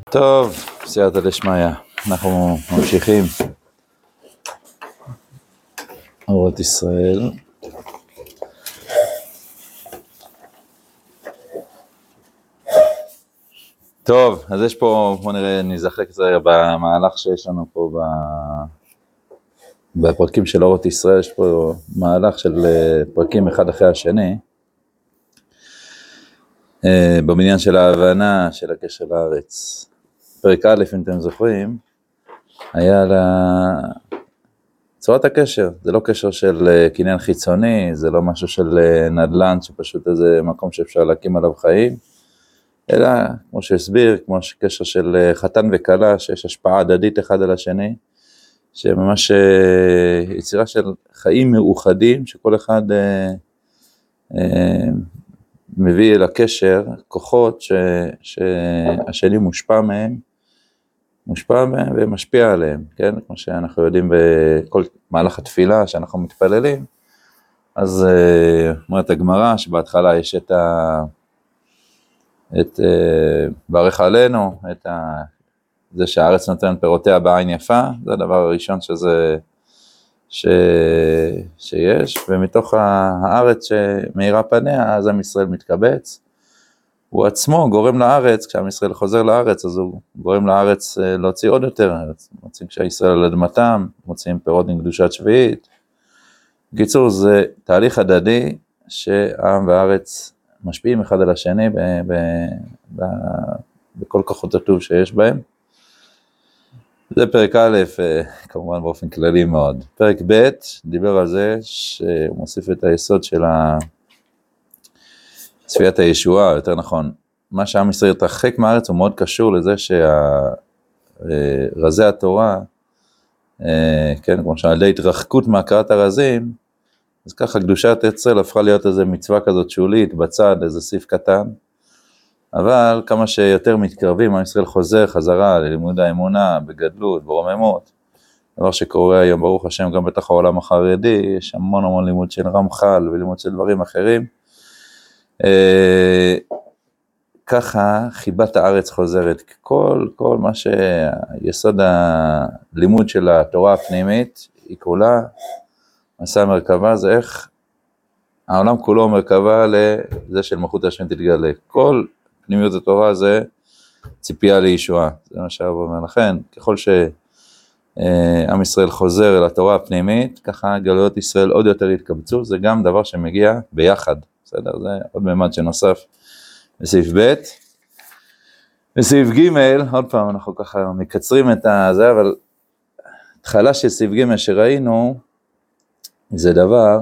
טוב, סייעתא דשמיא, אנחנו ממשיכים אורות ישראל. טוב, אז יש פה, בוא נראה, נזחק קצת במהלך שיש לנו פה בפרקים של אורות ישראל. יש פה מהלך של פרקים אחד אחרי השני, במניין של ההבנה של הקשר לארץ. פרק א', אם אתם זוכרים, היה צורת הקשר. זה לא קשר של קניין חיצוני, זה לא משהו של נדל"ן שפשוט איזה מקום שאפשר להקים עליו חיים, אלא כמו שהסביר, כמו קשר של חתן וכלה, שיש השפעה הדדית אחד על השני, שממש יצירה של חיים מאוחדים, שכל אחד מביא אל הקשר כוחות שהשני מושפע מהם ומשפיע עליהם, כן? כמו שאנחנו יודעים בכל מהלך התפילה שאנחנו מתפללים, אז אומרת הגמרא שבהתחלה יש את ברך עלינו, זה שהארץ נותן פירותיה בעין יפה, זה הדבר הראשון שיש, ומתוך הארץ שמאירה פניה, אז עם ישראל מתקבץ, הוא עצמו גורם לארץ, כשעם ישראל חוזר לארץ, אז הוא גורם לארץ להוציא עוד יותר, מוצאים כשישראל על אדמתם, מוצאים פירות מקדושת שביעית. בקיצור, זה תהליך הדדי, שהעם והארץ משפיעים אחד על השני, בכל כוחות הטוב שיש בהם. זה פרק א', כמובן באופן כללי מאוד. פרק ב' דיבר על זה שהוא מוסיף את היסוד של צפיית הישועה, יותר נכון. מה שעם ישראל התרחק מהארץ הוא מאוד קשור לזה שרזי התורה, כן, כמו שעל ידי התרחקות מהכרת הרזים, אז ככה קדושת ישראל הפכה להיות איזו מצווה כזאת שולית, בצד, איזה סעיף קטן, אבל כמה שיותר מתקרבים, עם ישראל חוזר חזרה ללימוד האמונה, בגדלות, ברוממות, דבר שקורה היום ברוך השם גם בתוך העולם החרדי, יש המון לימוד של רמח"ל ולימוד של דברים אחרים, ככה חיבת הארץ חוזרת, כל מה שיסוד הלימוד של התורה הפנימית, היא כולה, מסע מרכבה, זה איך העולם כולו מרכבה לזה של מלכות השם תתגלה. כל פנימיות התורה זה ציפייה לישועה, זה מה שהרב אומר. לכן, ככל שעם ישראל חוזר אל התורה הפנימית, ככה גלויות ישראל עוד יותר יתקבצו, זה גם דבר שמגיע ביחד, בסדר? זה עוד ממד שנוסף בסעיף ב'. בסעיף ג', עוד פעם אנחנו ככה מקצרים את זה, אבל התחלה של סעיף ג' שראינו, זה דבר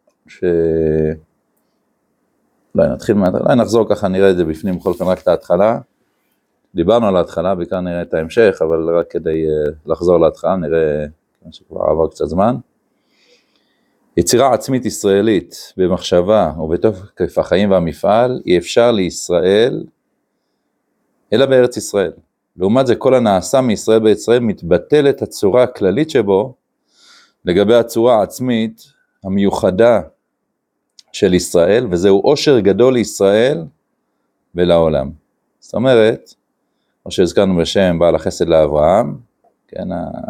אולי נתחיל מההתחלה, נחזור ככה, נראה את זה בפנים, בכל אופן רק את ההתחלה. דיברנו על ההתחלה, בעיקר נראה את ההמשך, אבל רק כדי לחזור להתחלה, נראה שכבר עבר קצת זמן. יצירה עצמית ישראלית במחשבה ובתוקף החיים והמפעל, אי אפשר לישראל, אלא בארץ ישראל. לעומת זה, כל הנעשה מישראל בישראל מתבטלת הצורה הכללית שבו, לגבי הצורה העצמית המיוחדה של ישראל, וזהו עושר גדול לישראל ולעולם. זאת אומרת, כמו שהזכרנו בשם בעל החסד לאברהם, כן,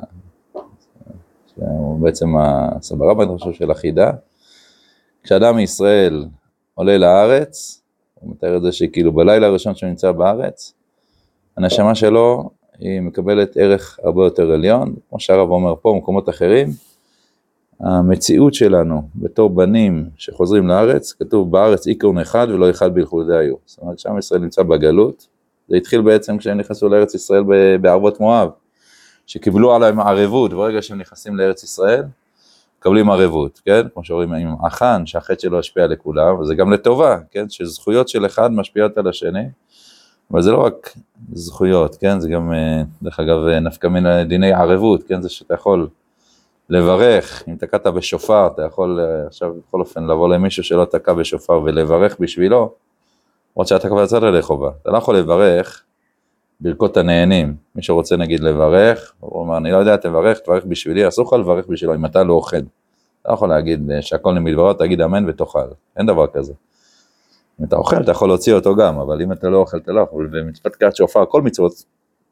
הוא בעצם הסברה בדרשו של החידה, כשאדם מישראל עולה לארץ, הוא מתאר את זה שכאילו בלילה הראשון שהוא נמצא בארץ, הנשמה שלו היא מקבלת ערך הרבה יותר עליון, כמו שהרב אומר פה במקומות אחרים, המציאות שלנו בתור בנים שחוזרים לארץ, כתוב בארץ עיקרון אחד ולא אחד בלכודי היו. זאת אומרת שעם ישראל נמצא בגלות, זה התחיל בעצם כשהם נכנסו לארץ ישראל בערבות מואב, שקיבלו עליהם ערבות, ברגע שהם נכנסים לארץ ישראל, מקבלים ערבות, כן? כמו שאומרים עם החן, שהחטא שלו השפיע לכולם, וזה גם לטובה, כן? שזכויות של אחד משפיעות על השני, אבל זה לא רק זכויות, כן? זה גם, דרך אגב, נפקא מן דיני ערבות, כן? זה שאתה יכול לברך, אם תקעת בשופר, אתה יכול עכשיו בכל אופן לבוא למישהו שלא תקע בשופר ולברך בשבילו, עוד שאתה כבר יצאת ידי חובה. אתה לא יכול לברך ברכות הנהנים. מי שרוצה נגיד לברך, הוא אומר, אני לא יודע, תברך בשבילי, אסור לך לברך בשבילו אם אתה לא אוכל. אתה לא יכול להגיד שהכל נמדברות, תגיד אמן ותאכל. אין דבר כזה. אם אתה אוכל, אתה יכול להוציא אותו גם, אבל אם אתה לא אוכל, אתה לא יכול. ומצוות תקיעת שופר, כל מצוות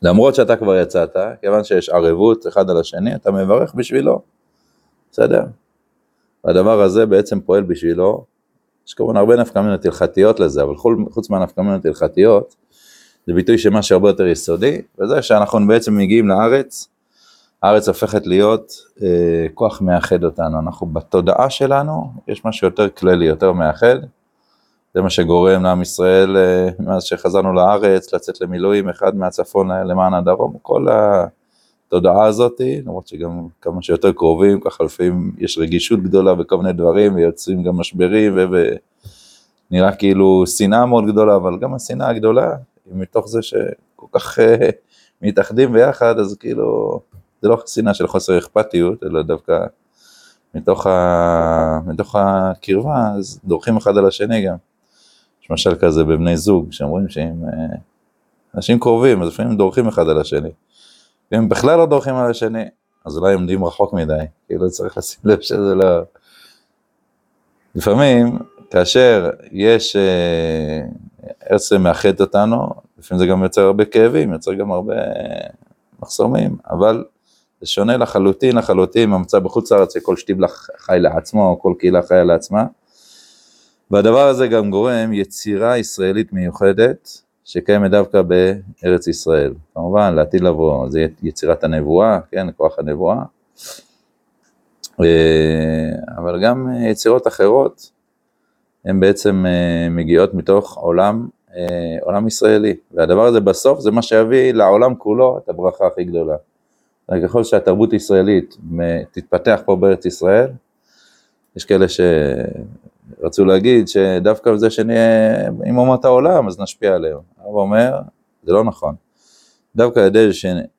למרות שאתה כבר יצאת, כיוון שיש ערבות אחד על השני, אתה מברך בשבילו, בסדר? והדבר הזה בעצם פועל בשבילו, יש כמובן הרבה נפקמינות הלכתיות לזה, אבל חוץ מהנפקמינות הלכתיות, זה ביטוי שמה שהרבה יותר יסודי, וזה שאנחנו בעצם מגיעים לארץ, הארץ הופכת להיות כוח מאחד אותנו, אנחנו בתודעה שלנו, יש משהו יותר כללי, יותר מאחד, זה מה שגורם לעם ישראל, מאז שחזרנו לארץ, לצאת למילואים, אחד מהצפון למען הדרום, כל התודעה הזאת, למרות שגם כמה שיותר קרובים, ככה לפעמים יש רגישות גדולה בכל מיני דברים, ויוצאים גם משברים, ונראה כאילו שנאה מאוד גדולה, אבל גם השנאה הגדולה, מתוך זה שכל כך מתאחדים ביחד, אז כאילו, זה לא שנאה של חוסר אכפתיות, אלא דווקא מתוך הקרבה, אז דורכים אחד על השני גם. יש משל כזה בבני זוג, שאומרים שהם אנשים קרובים, אז לפעמים דורכים אחד על השני. ואם בכלל לא דורכים על השני, אז אולי עומדים רחוק מדי, כאילו צריך לשים לב שזה לא... לפעמים, כאשר יש ארץ מאחד אותנו, לפעמים זה גם יוצר הרבה כאבים, יוצר גם הרבה מחסומים, אבל זה שונה לחלוטין, המצא בחוץ לארץ שכל שטיבלה חי לעצמו, או כל קהילה חיה לעצמה, והדבר הזה גם גורם יצירה ישראלית מיוחדת, שקיימת דווקא בארץ ישראל. כמובן, לעתיד לבוא, זה יצירת הנבואה, כן, כוח הנבואה, אבל גם יצירות אחרות, הן בעצם מגיעות מתוך עולם ישראלי, והדבר הזה בסוף זה מה שיביא לעולם כולו את הברכה הכי גדולה. ככל שהתרבות הישראלית תתפתח פה בארץ ישראל, יש כאלה שרצו להגיד שדווקא בזה שנהיה עם אומות העולם, אז נשפיע עליהם. הרב אומר, זה לא נכון. דווקא על ידי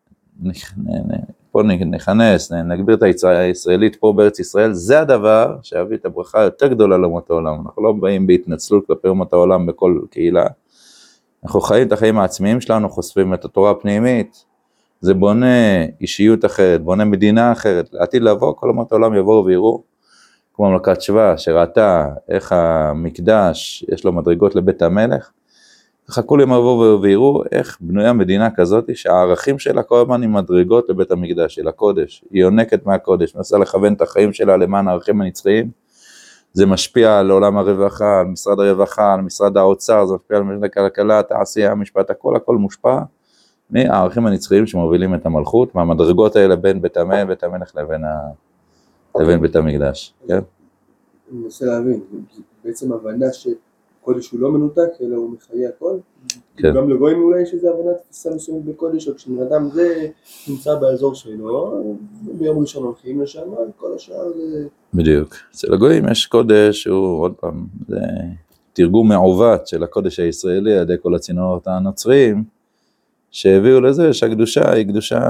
פה נכנס, נגביר את הישראלית פה בארץ ישראל, זה הדבר שיביא את הברכה יותר גדולה לאומות העולם. אנחנו לא באים בהתנצלות כלפי אומות העולם בכל קהילה. אנחנו חיים את החיים העצמיים שלנו, חושפים את התורה הפנימית, זה בונה אישיות אחרת, בונה מדינה אחרת. לעתיד לבוא, כל אומות העולם יבואו ויראו, כמו מלכת שבא, שראתה איך המקדש, יש לו מדרגות לבית המלך, ככה כולם יבואו ויראו איך בנויה מדינה כזאת, שהערכים שלה כל הזמן עם מדרגות לבית המקדש, של הקודש. היא יונקת מהקודש, מנסה לכוון את החיים שלה למען הערכים הנצחיים, זה משפיע על עולם הרווחה, על משרד הרווחה, על משרד האוצר, זה משפיע על משרד הכלכלה, התעשייה, המשפט, הכל מושפע, מהערכים הנצחיים שמובילים את המלכות, מהמדרגות האלה בין בית המלך לבין בית המקדש, כן? אני מנסה להבין, בעצם הבנה שקודש הוא לא מנותק, אלא הוא מחיה הכל, כן. גם לגויים אולי שזה הבנת תפיסה מסוימת בקודש, או כשנאדם זה נמצא באזור שלו, ביום ראשון הולכים לשם, כל השאר זה... בדיוק, אצל הגויים יש קודש, הוא עוד פעם, זה תרגום מעוות של הקודש הישראלי, על ידי כל הצינורות הנוצריים, שהביאו לזה שהקדושה היא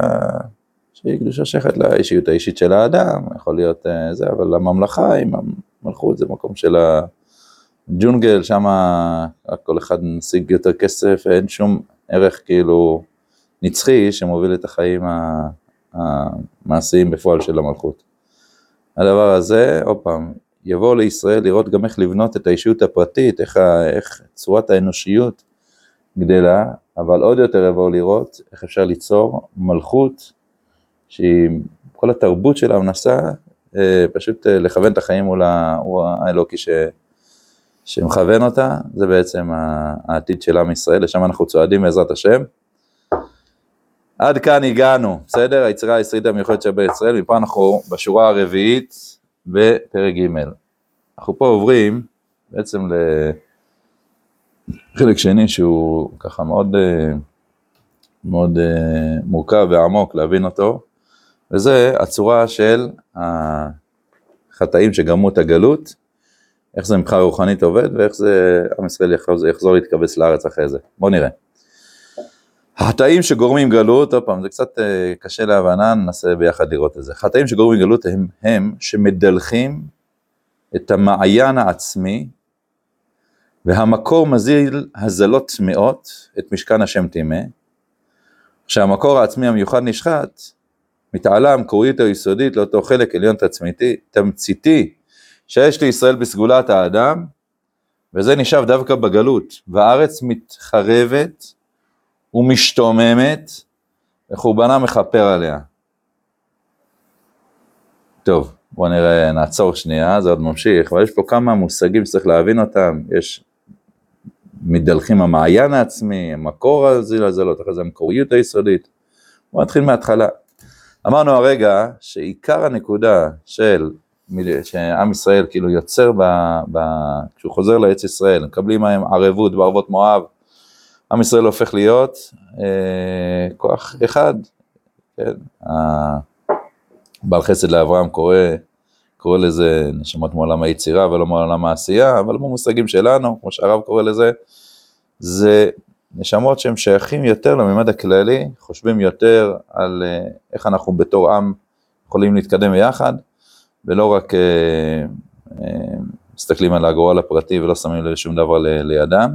קדושה שייכת לאישיות האישית של האדם, יכול להיות זה, אבל הממלכה עם המלכות זה מקום של הג'ונגל, שם כל אחד משיג יותר כסף, אין שום ערך כאילו נצחי שמוביל את החיים המעשיים בפועל של המלכות. הדבר הזה, עוד פעם, יבוא לישראל לראות גם איך לבנות את האישיות הפרטית, איך צורת האנושיות גדלה, אבל עוד יותר יבואו לראות איך אפשר ליצור מלכות, שהיא כל התרבות שלה מנסה פשוט לכוון את החיים מול האלוקי שמכוון אותה, זה בעצם העתיד של עם ישראל, לשם אנחנו צועדים בעזרת השם. עד כאן הגענו, בסדר? היצירה הישראלית המיוחדת של בישראל, מפה אנחנו בשורה הרביעית בפרק ג'. אנחנו פה עוברים בעצם לחלק שני שהוא ככה מאוד מורכב ועמוק להבין אותו, וזה הצורה של החטאים שגרמו את הגלות, איך זה מבחינה רוחנית עובד, ואיך זה עם ישראל יחזור להתקבץ לארץ אחרי זה. בואו נראה. החטאים שגורמים גלות, עוד פעם, זה קצת קשה להבנה, ננסה ביחד לראות את זה. החטאים שגורמים גלות הם שמדלכים את המעיין העצמי, והמקור מזיל הזלות טמאות את משכן השם טימא, כשהמקור העצמי המיוחד נשחט, מתעלה המקורית או יסודית לאותו חלק עליון תמציתי, שיש לישראל בסגולת האדם, וזה נשאב דווקא בגלות, והארץ מתחרבת ומשתוממת, וחורבנה מכפר עליה. טוב, בואו נראה, נעצור שנייה, זה עוד ממשיך, אבל יש פה כמה מושגים שצריך להבין אותם, יש מדלכים המעיין העצמי, המקור הזלזלות, אחרי זה המקוריות היסודית. בואו נתחיל מההתחלה. אמרנו הרגע שעיקר הנקודה שעם ישראל כאילו יוצר כשהוא חוזר לארץ ישראל, מקבלים מהם ערבות בערבות מואב, עם ישראל הופך להיות כוח אחד, כן? בעל חסד לאברהם קורא לזה נשמות מעולם היצירה ולא מעולם העשייה, אבל במושגים שלנו, כמו שהרב קורא לזה, זה נשמות שהם שייכים יותר לממד הכללי, חושבים יותר על איך אנחנו בתור עם יכולים להתקדם ביחד, ולא רק מסתכלים על הגורל הפרטי ולא שמים לב שום דבר לידם.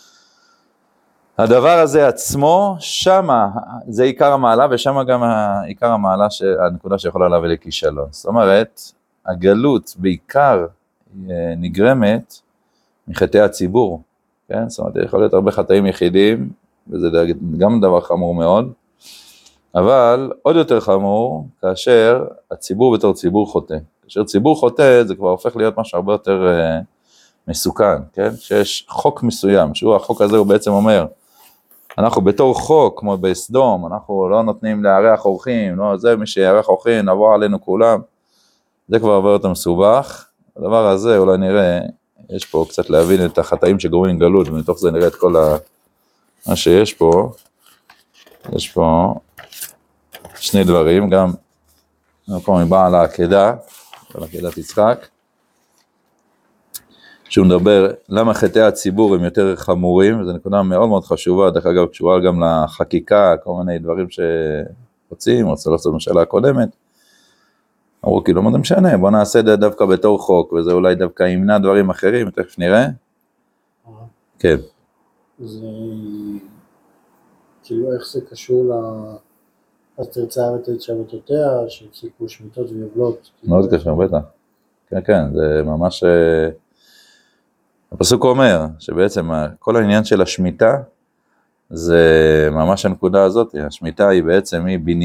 הדבר הזה עצמו, שמה, זה עיקר המעלה, ושמה גם עיקר המעלה, הנקודה שיכולה להביא לכישלון. זאת אומרת, הגלות בעיקר נגרמת מחטאי הציבור, כן? זאת אומרת, יכול להיות הרבה חטאים יחידים, וזה גם דבר חמור מאוד, אבל עוד יותר חמור, כאשר הציבור בתור ציבור חוטא. כאשר ציבור חוטא, זה כבר הופך להיות משהו הרבה יותר מסוכן, כן? שיש חוק מסוים, החוק הזה הוא בעצם אומר, אנחנו בתור חוק, כמו בסדום, אנחנו לא נותנים לארח אורחים, לא, זה מי שיארח אורחים, נבוא עלינו כולם, זה כבר עבר יותר מסובך. הדבר הזה, אולי נראה, יש פה קצת להבין את החטאים שגורמים גלות, ומתוך זה נראה את כל מה שיש פה. יש פה שני דברים, גם במקום מבעל העקדה, על עקדת יצחק, שהוא מדבר למה חטאי הציבור הם יותר חמורים, וזו נקודה מאוד מאוד חשובה, דרך אגב קשורה גם לחקיקה, כל מיני דברים שרוצים, רוצה לעשות בממשלה הקודמת, אמרו כאילו מה זה משנה, בוא נעשה את זה דווקא בתור חוק, וזה אולי דווקא ימנע דברים אחרים, תכף נראה. כן. זה כאילו איך זה קשור אז תרצה הארץ את שבתותיה, שהפסיקו שמיטות ויובלות. מאוד קשור, בטח. כן, כן, זה ממש... הפסוק אומר שבעצם כל העניין של השמיטה, זה ממש הנקודה הזאת, השמיטה היא בעצם,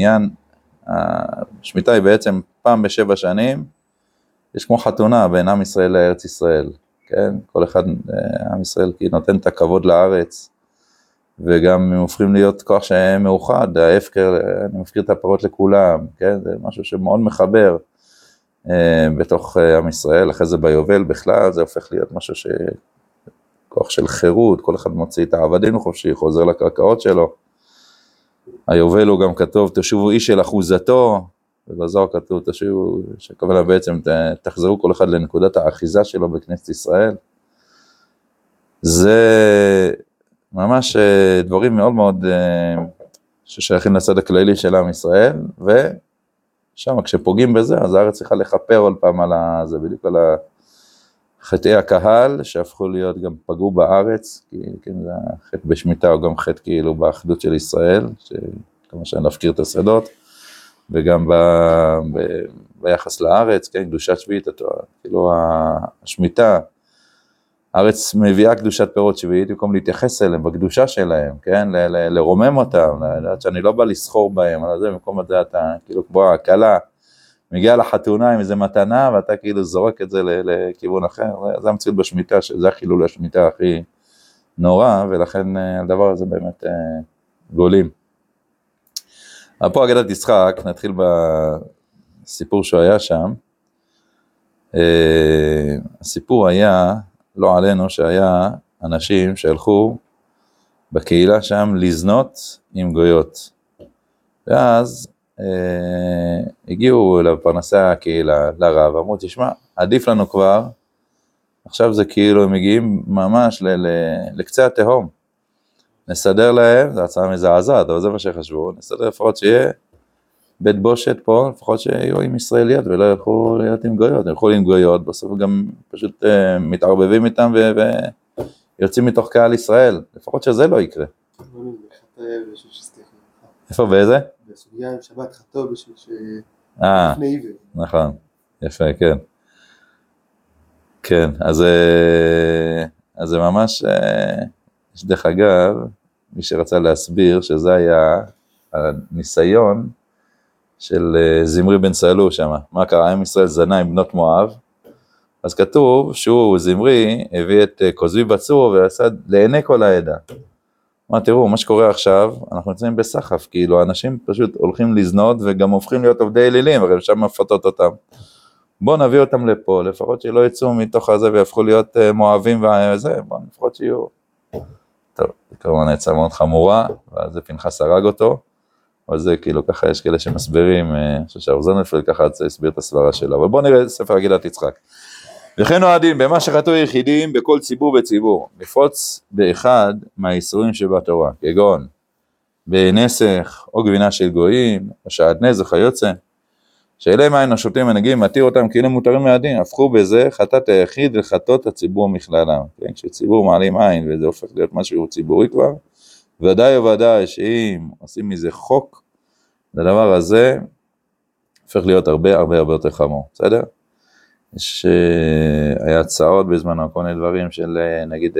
השמיטה היא בעצם פעם ב7 שנים, יש כמו חתונה בין עם ישראל לארץ ישראל, כן? כל אחד, עם ישראל כי נותן את הכבוד לארץ, וגם הם הופכים להיות כוח שמאוחד, ההפקר, אני מפקיר את הפרות לכולם, כן? זה משהו שמאוד מחבר בתוך עם ישראל, אחרי זה ביובל בכלל, זה הופך להיות משהו כוח של חירות, כל אחד מוציא את העבדינו חופשי, חוזר לקרקעות שלו. היובל הוא גם כתוב, תשובו איש אל אחוזתו, ובזוהר כתוב, תשובו, שכוונה בעצם, תחזרו כל אחד לנקודת האחיזה שלו בכנסת ישראל. זה ממש דברים מאוד מאוד ששייכים לצד הכללי של עם ישראל, ושם כשפוגעים בזה, אז הארץ צריכה לחפר עוד פעם על זה, בדיוק על חטאי הקהל, שהפכו להיות גם פגעו בארץ, כי כן, זה חטא בשמיטה, או גם חטא כאילו באחדות של ישראל, כמו שאני להפקיר את השדות, וגם ביחס לארץ, כן, קדושת שביעית, כאילו השמיטה, הארץ מביאה קדושת פירות שביעית, במקום להתייחס אליהם, בקדושה שלהם, כן, לרומם אותם, לדעת שאני לא בא לסחור בהם, על זה, במקום הזה אתה, כאילו, כמו הקלה, מגיע לחתונה עם איזה מתנה, ואתה כאילו זורק את זה לכיוון אחר, זה המציאות בשמיטה, שזה החילול השמיטה הכי נורא, ולכן הדבר הזה באמת גולים. אבל פה אגדת יצחק, נתחיל בסיפור שהוא היה שם, הסיפור היה, לא עלינו, שהיה אנשים שהלכו בקהילה שם לזנות עם גויות, ואז הגיעו לפרנסי הקהילה, לרב, אמרו, תשמע, עדיף לנו כבר, עכשיו זה כאילו הם מגיעים ממש לקצה התהום, נסדר להם, זה הצעה מזעזעת, אבל זה מה שחשבו, נסדר לפחות שיהיה בית בושת פה, לפחות שיהיו עם ישראליות ולא ילכו להיות עם גויות, ילכו עם גויות, בסוף גם פשוט מתערבבים איתם ויוצאים מתוך קהל ישראל, לפחות שזה לא יקרה. איפה באיזה? בסוגיה עם שבת חטוא בשביל לפני עיוור. נכון, יפה, כן. כן, אז זה ממש, יש דרך אגב, מי שרצה להסביר שזה היה הניסיון של זמרי בן סלו שם, מה קרה? עם ישראל זנה עם בנות מואב, אז כתוב שהוא, זמרי, הביא את כוזבי בצור ועשה לעיני כל העדה. מה, תראו, מה שקורה עכשיו, אנחנו נמצאים בסחף, כאילו האנשים פשוט הולכים לזנות וגם הופכים להיות עובדי אלילים, הרי שם מפתות אותם. בואו נביא אותם לפה, לפחות שלא יצאו מתוך הזה ויהפכו להיות מואבים וזה, בואו לפחות שיהיו. טוב, זה כמובן עצה מאוד חמורה, ואז פנחס הרג אותו, אבל זה כאילו ככה יש כאלה שמסבירים, אני חושב שהרב זוננפלד ככה הסביר את הסברה שלו, אבל בואו נראה ספר עגילת יצחק. וכן נועדים, במה שחטאו יחידים בכל ציבור וציבור, לפרוץ באחד מהאיסורים שבתורה, כגון בנסך או גבינה של גויים, או שעטנז וכיוצא, שאליהם היינו שותים מנהיגים, מתיר אותם כאילו מותרים מהדין, הפכו בזה חטאת היחיד לחטאות הציבור מכללם. כן? כשציבור מעלים עין וזה הופך להיות משהו ציבורי כבר, ודאי וודאי שאם עושים מזה חוק, לדבר הזה הופך להיות הרבה הרבה הרבה יותר חמור, בסדר? יש היה הצעות בזמנו, כל מיני דברים של נגיד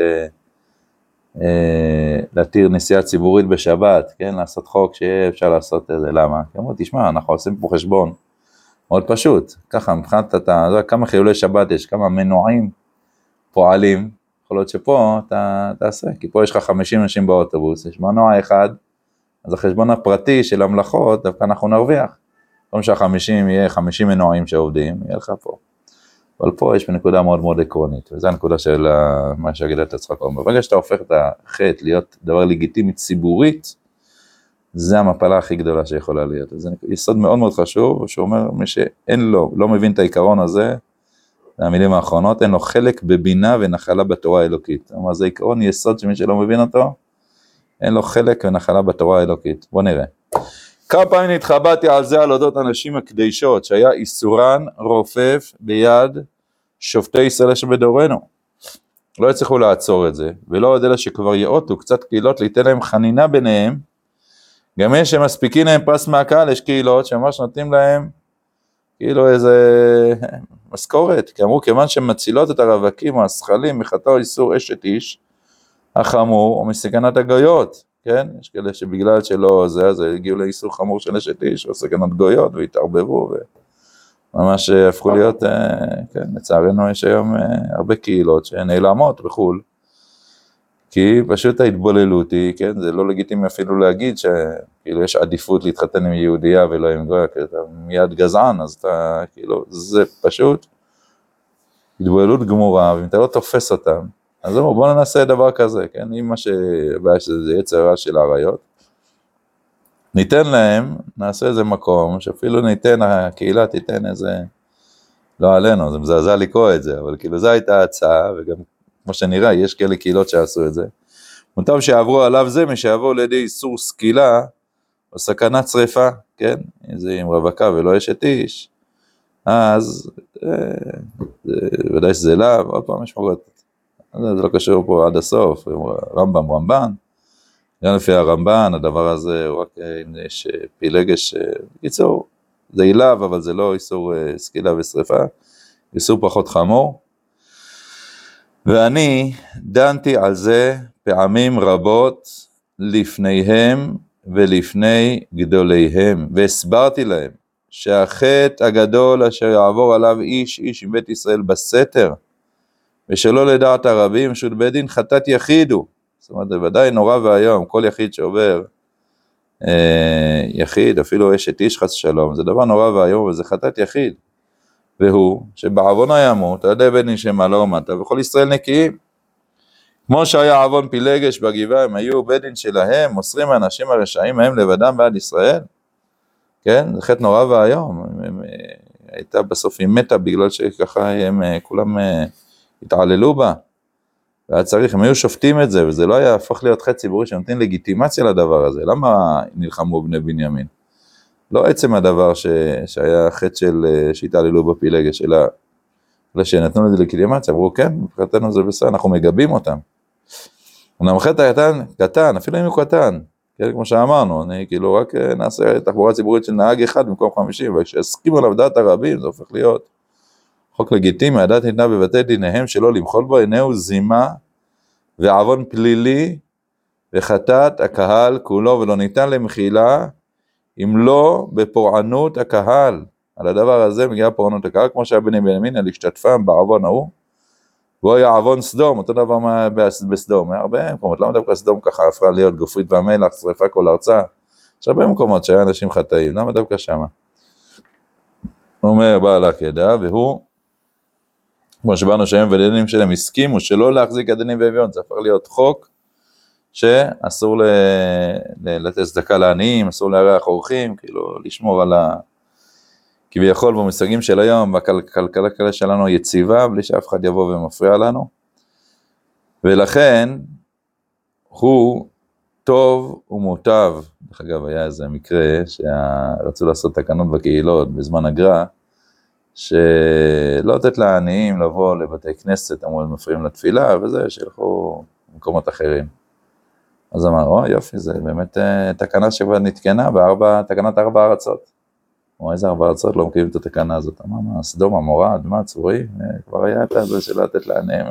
להתיר נסיעה ציבורית בשבת, כן? לעשות חוק שיהיה אפשר לעשות את זה, למה? כי אמרו, תשמע, אנחנו עושים פה חשבון, מאוד פשוט, ככה מבחינת אתה יודע כמה חילולי שבת יש, כמה מנועים פועלים, יכול להיות שפה אתה תעשה, כי פה יש לך 50 אנשים באוטובוס, יש מנוע אחד, אז החשבון הפרטי של המלאכות, דווקא אנחנו נרוויח, לא משהו שה50 יהיה 50 מנועים שעובדים, יהיה לך פה. אבל פה יש בנקודה מאוד מאוד עקרונית, וזו הנקודה של מה שעגילת יצחק אומר. ברגע שאתה הופך את החטא להיות דבר לגיטימי ציבורית, זה המפלה הכי גדולה שיכולה להיות. זה יסוד מאוד מאוד חשוב, שאומר מי שאין לו, לא מבין את העיקרון הזה, זה המילים האחרונות, אין לו חלק בבינה ונחלה בתורה האלוקית. זאת אומרת, זה עיקרון יסוד שמי שלא מבין אותו, אין לו חלק ונחלה בתורה האלוקית. בוא נראה. כמה פעמים נתחבטתי על זה על אודות הנשים הקדשות, שהיה איסורן רופף ביד שופטי ישראל שבדורנו. לא הצליחו לעצור את זה, ולא עוד אלה שכבר יאותו קצת קהילות, ליתן להם חנינה ביניהם, גם יש שמספיקים להם פרס מהקהל, יש קהילות שממש נותנים להם כאילו איזה משכורת, כי אמרו כיוון שמצילות את הרווקים או השכלים מחטא איסור אשת איש, החמור או מסכנת הגויות, כן? יש כאלה שבגלל שלא זה, אז הגיעו לאיסור חמור של אשת איש או סכנת גויות והתערבבו וממש הפכו להיות, כן, לצערנו יש היום הרבה קהילות שנעלמות בחול, כי פשוט ההתבוללות היא, כן, זה לא לגיטימי אפילו להגיד שכאילו יש עדיפות להתחתן עם יהודייה ולא עם גויה, כי אתה מיד גזען, אז אתה, כאילו, זה פשוט התבוללות גמורה, ואם אתה לא תופס אותם, אז בואו ננסה דבר כזה, כן, אם מה שבעיה שזה יצר רע של העריות, ניתן להם, נעשה איזה מקום, שאפילו ניתן, הקהילה תיתן איזה, לא עלינו, זה מזעזע לקרוא את זה, אבל כאילו זו הייתה הצעה, וגם כמו שנראה, יש כאלה קהילות שעשו את זה. מוטב שעברו עליו זה, משעברו לידי איסור סקילה, או סכנת שריפה, כן? אם זה עם רווקה ולא אשת איש, אז ודאי שזה לאו, עוד פעם יש מורות. זה לא קשור פה עד הסוף, רמב"ן. גם לפי הרמב"ן, הדבר הזה הוא רק אם יש פילגש, ייצור, זה אילב, אבל זה לא איסור סקילה ושריפה, איסור פחות חמור. ואני דנתי על זה פעמים רבות לפניהם ולפני גדוליהם, והסברתי להם שהחטא הגדול אשר יעבור עליו איש עם בית ישראל בסתר, ושלא לדעת הרבים, שו"ת בית דין חטאת יחידו. זאת אומרת, זה ודאי נורא והיום, כל יחיד שעובר, יחיד, אפילו אשת איש חס שלום, זה דבר נורא והיום, וזה חטאת יחיד. והוא, שבעוונו ימות, על ידי בית דין שמעלה ומטה, וכל ישראל נקיים. כמו שהיה עוון פילגש בגבעה, הם היו בית דין שלהם, מוסרים האנשים הרשעים מהם לבדם בעד ישראל. כן, זה חטא נורא והיום. הייתה בסוף היא מתה, בגלל שככה הם כולם התעללו בה. והיה צריך, הם היו שופטים את זה, וזה לא היה הפך להיות חטא ציבורי שנותן לגיטימציה לדבר הזה. למה נלחמו בני בנימין? לא עצם הדבר שהיה חטא של שהתעללו בפילגש, אלא שנתנו לזה לגיטימציה, אמרו כן, מבחינתנו זה בסדר, אנחנו מגבים אותם. אמנם חטא קטן, אפילו אם הוא קטן, כן, כמו שאמרנו, אני כאילו רק נעשה תחבורה ציבורית של נהג אחד במקום 50, וכשהסכימו עליו דעת הרבים, זה הופך להיות חוק לגיטימי, הדעת ניתנה בבתי דיניהם שלא למחול בו, עינהו זימה ועוון פלילי וחטאת הקהל כולו, ולא ניתן למחילה אם לא בפורענות הקהל. על הדבר הזה מגיעה פורענות הקהל, כמו שהיה בני בנימין, על השתתפם בעוון ההוא, והוא היה עוון סדום, אותו דבר בסדום, הרבה מקומות, למה דווקא סדום ככה הפכה להיות גופרית והמלח, שריפה כל ארצה, יש הרבה מקומות שהיה אנשים חטאים, למה דווקא שמה? הוא אומר, בעל עקדה, והוא, כמו שבאנו שהם ולדינים שלהם הסכימו, שלא להחזיק הדנים ואביון, זה הפך להיות חוק, שאסור לתת צדקה לעניים, אסור לארח אורחים, כאילו לשמור על כביכול במושגים של היום, הכלכלה שלנו יציבה, בלי שאף אחד יבוא ומפריע לנו, ולכן הוא טוב ומוטב. דרך אגב, היה איזה מקרה שרצו לעשות תקנות בקהילות בזמן הגר"א, שלא לתת לעניים לבוא לבתי כנסת, אמרו, הם מפריעים לתפילה, וזה שילכו במקומות אחרים. אז אמר, יופי, זה באמת תקנה שכבר נתקנה תקנת 4 ארצות. איזה 4 ארצות לא מקיימים את התקנה הזאת. אמר, מה, סדום, עמורה, אדמה, צורי, כבר היה את זה שלא לתת לעניים.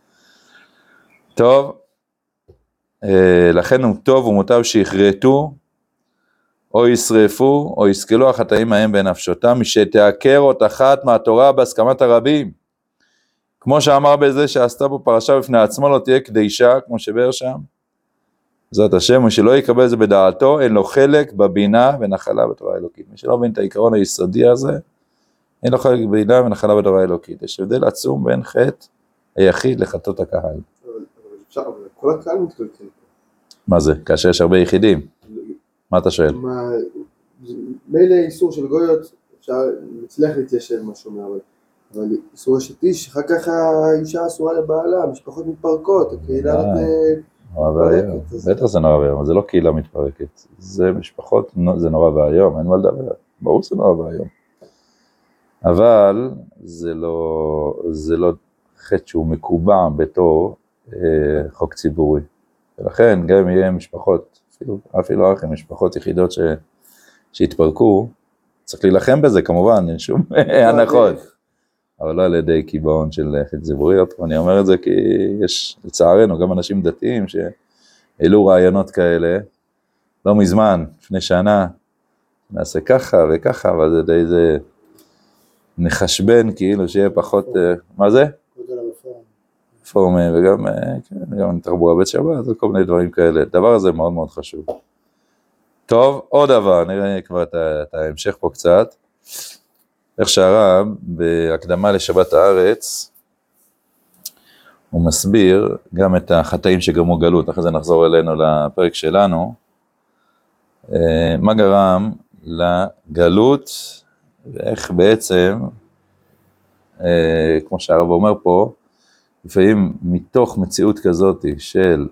טוב, לכן הוא טוב ומוטב שיכרתו, או ישרפו, או יסכלו החטאים ההם בנפשותם, משתעקר אות אחת מהתורה בהסכמת הרבים. כמו שאמר בזה שעשתה בו פרשה בפני עצמו, לא תהיה קדישה, כמו שבאר שם. זאת השם, מי שלא יקבל זה בדעתו, אין לו חלק בבינה ונחלה בתורה האלוקית. מי שלא מבין את העיקרון היסודי הזה, אין לו חלק בבינה ונחלה בתורה האלוקית. יש הבדל עצום בין חטא היחיד לחטאות הקהל. אבל כל הקהל מתקלקל. מה זה? כאשר יש הרבה יחידים. מה אתה שואל? מילא איסור של גויות, אפשר מצליח להתיישב משהו מהרבה. אבל איסור אשת איש, אחר כך האישה אסורה לבעלה, המשפחות מתפרקות, הקהילה בטח זה נורא והיום, אבל זה לא קהילה מתפרקת, זה משפחות, זה נורא והיום, אין מה לדבר, ברור זה נורא והיום. אבל זה לא חטא שהוא מקובע בתור חוק ציבורי. ולכן גם אם יהיה משפחות, אפילו אחרי משפחות יחידות שהתפרקו, צריך להילחם בזה כמובן, אין שום הנחות. אבל לא על ידי קיבעון של חטא ציבוריות. אני אומר את זה כי יש לצערנו גם אנשים דתיים שהעלו רעיונות כאלה, לא מזמן, לפני שנה, נעשה ככה וככה, אבל זה די זה נחשבן כאילו שיהיה פחות, מה זה? פורמי, וגם תחבורה בית שבת, וכל מיני דברים כאלה. דבר הזה מאוד מאוד חשוב. טוב, עוד דבר, נראה כבר את ההמשך פה קצת. איך שהרב, בהקדמה לשבת הארץ, הוא מסביר גם את החטאים שגרמו גלות, אחרי זה נחזור אלינו לפרק שלנו, מה גרם לגלות, ואיך בעצם, כמו שהרב אומר פה, לפעמים מתוך מציאות כזאת של